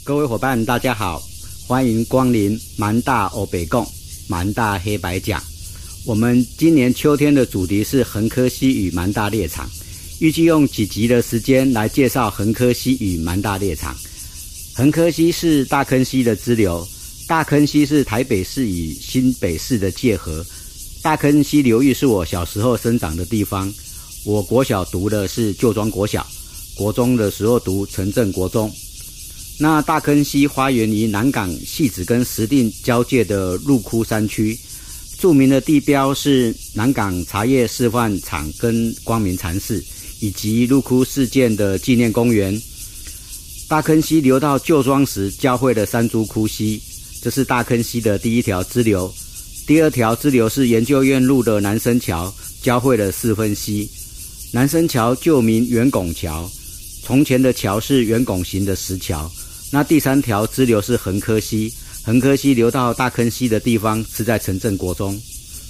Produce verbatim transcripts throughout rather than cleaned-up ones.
各位伙伴大家好，欢迎光临蛮大欧北贡蛮大黑白讲。我们今年秋天的主题是横科溪与蛮大猎场，预计用几集的时间来介绍横科溪与蛮大猎场。横科溪是大坑溪的支流，大坑溪是台北市与新北市的界河。大坑溪流域是我小时候生长的地方，我国小读的是旧庄国小，国中的时候读城镇国中。那大坑溪发源于南港汐止跟石碇交界的鹿窟山区，著名的地标是南港茶叶示范厂跟光明禅寺，以及鹿窟事件的纪念公园。大坑溪流到旧庄时交汇了三株窟溪，这是大坑溪的第一条支流。第二条支流是研究院路的南生桥，交汇了四分溪。南生桥旧名圆拱桥，从前的桥是圆拱形的石桥。那第三条支流是横科溪，横科溪流到大坑溪的地方是在城镇国中。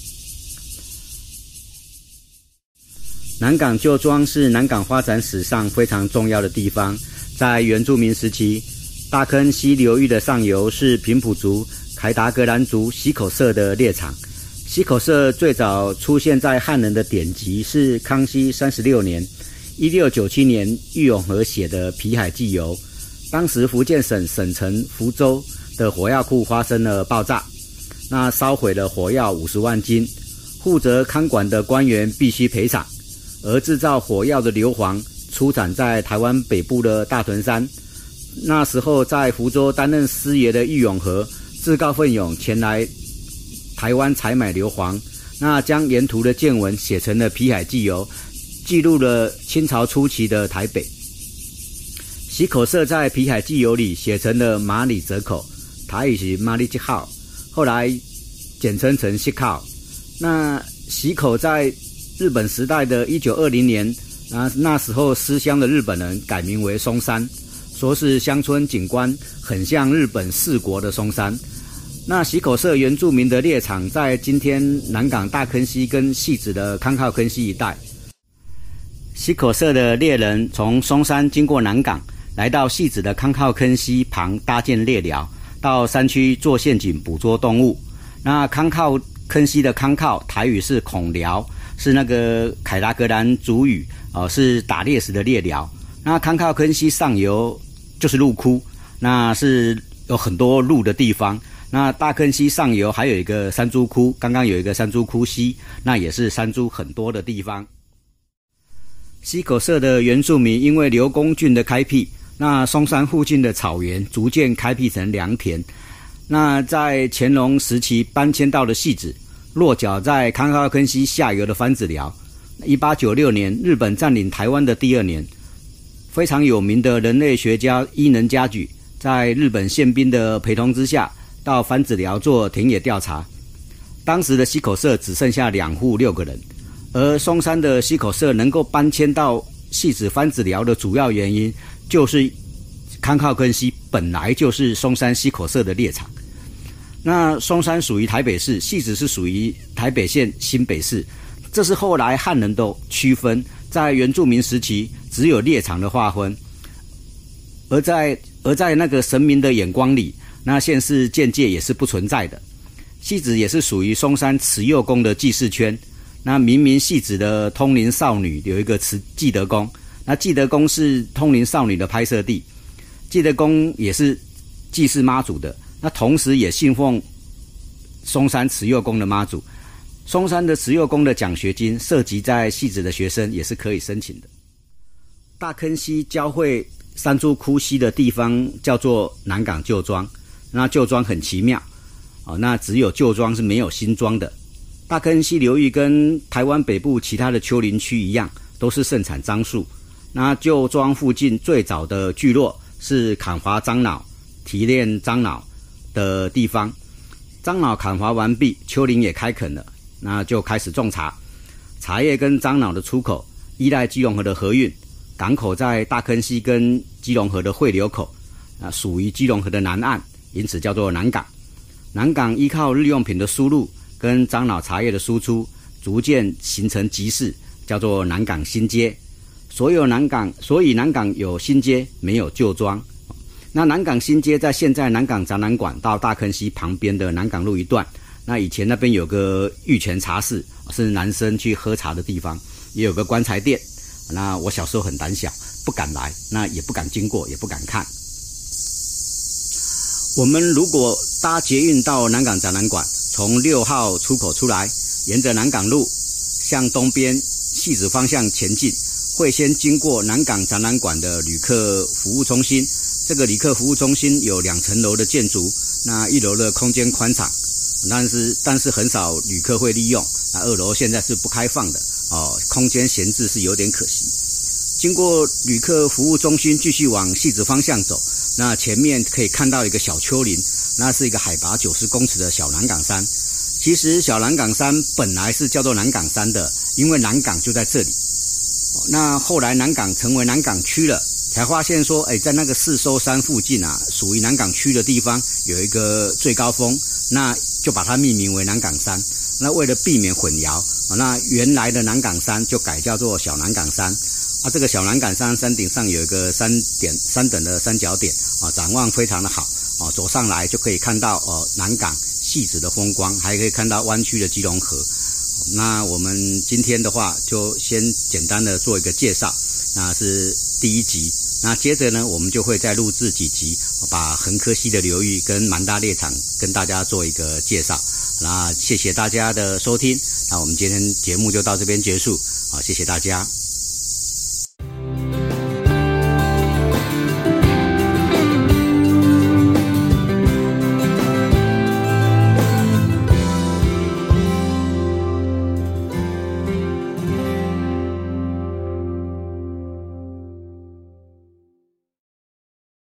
南港旧庄是南港发展史上非常重要的地方，在原住民时期，大坑溪流域的上游是平埔族、凯达格兰族溪口社的猎场。溪口社最早出现在汉人的典籍是康熙三十六年一六九七年郁永河写的《皮海纪游》。当时福建省省城福州的火药库发生了爆炸，那烧毁了火药五十万斤，负责看管的官员必须赔偿。而制造火药的硫磺出产在台湾北部的大屯山，那时候在福州担任师爷的郁永河自告奋勇前来台湾采买硫磺，那将沿途的见闻写成了《皮海纪游》，记录了清朝初期的台北。溪口社在《皮海纪游》里写成了马里折口，台语是马里吉号，后来简称成溪口。那溪口在日本时代的一九二零年，那那时候思乡的日本人改名为松山，说是乡村景观很像日本四国的松山。那溪口社原住民的猎场在今天南港大坑溪跟汐止的康靠坑溪一带。溪口社的猎人从松山经过南港，来到汐止的康靠坑溪旁搭建猎寮，到山区做陷阱捕捉动物。那康靠坑溪的康靠台语是孔寮，是那个凯达格兰族语，呃，是打猎时的猎寮。那康靠坑溪上游就是鹿窟，那是有很多鹿的地方。那大坑溪上游还有一个山猪窟，刚刚有一个山猪窟溪，那也是山猪很多的地方。溪口社的原住民因为刘公郡的开辟，那松山附近的草原逐渐开辟成良田。那在乾隆时期搬迁到了汐止，落脚在康靠坑溪下游的番子寮。一八九六年日本占领台湾的第二年，非常有名的人类学家伊能嘉矩在日本宪兵的陪同之下，到番子寮做田野调查。当时的溪口社只剩下两户六个人，而松山的溪口社能够搬迁到汐止番子寮的主要原因，就是康靠坑溪本来就是松山溪口社的猎场。那松山属于台北市，汐止是属于台北县新北市，这是后来汉人的区分，在原住民时期只有猎场的划分。而在而在那个神明的眼光里，那县市建界也是不存在的。汐止也是属于松山慈幼宫的祭祀圈。那明明汐止的通灵少女有一个慈济德宫，那济德宫是通灵少女的拍摄地，济德宫也是祭祀妈祖的，那同时也信奉松山慈幼宫的妈祖。松山的慈幼宫的奖学金涉及在汐止的学生也是可以申请的。大坑溪交汇三株窟溪的地方叫做南港旧庄，那旧庄很奇妙，哦，那只有旧庄是没有新庄的。大坑溪流域跟台湾北部其他的丘陵区一样，都是盛产樟树。那旧庄附近最早的聚落是砍伐樟脑、提炼樟脑的地方。樟脑砍伐完毕，丘陵也开垦了，那就开始种茶。茶叶跟樟脑的出口依赖基隆河的河运，港口在大坑溪跟基隆河的汇流口，啊，属于基隆河的南岸，因此叫做南港。南港依靠日用品的输入跟樟脑茶叶的输出，逐渐形成集市，叫做南港新街。所有南港，所以南港有新街，没有旧庄。 那南港新街在现在南港展览馆到大坑溪旁边的南港路一段，那以前那边有个玉泉茶室，是男生去喝茶的地方，也有个棺材店。那我小时候很胆小，不敢来，那也不敢经过，也不敢看。我们如果搭捷运到南港展览馆，从六号出口出来，沿着南港路向东边汐止方向前进，会先经过南港展览馆的旅客服务中心。这个旅客服务中心有两层楼的建筑，那一楼的空间宽敞，但是但是很少旅客会利用。那二楼现在是不开放的哦，空间闲置是有点可惜。经过旅客服务中心，继续往汐止方向走，那前面可以看到一个小丘陵，那是一个海拔九十公尺的小南港山。其实小南港山本来是叫做南港山的，因为南港就在这里。那后来南港成为南港区了，才发现说，哎，在那个四收山附近啊，属于南港区的地方有一个最高峰，那就把它命名为南港山。那为了避免混淆，那原来的南港山就改叫做小南港山。啊，这个小南港山山顶上有一个三点三等的三角点啊，展望非常的好啊，走上来就可以看到呃南港汐止的风光，还可以看到湾区的基隆河。那我们今天的话就先简单的做一个介绍，那是第一集。那接着呢，我们就会再录制几集，把横科溪的流域跟蛮大猎场跟大家做一个介绍。那谢谢大家的收听，那我们今天节目就到这边结束，好，谢谢大家。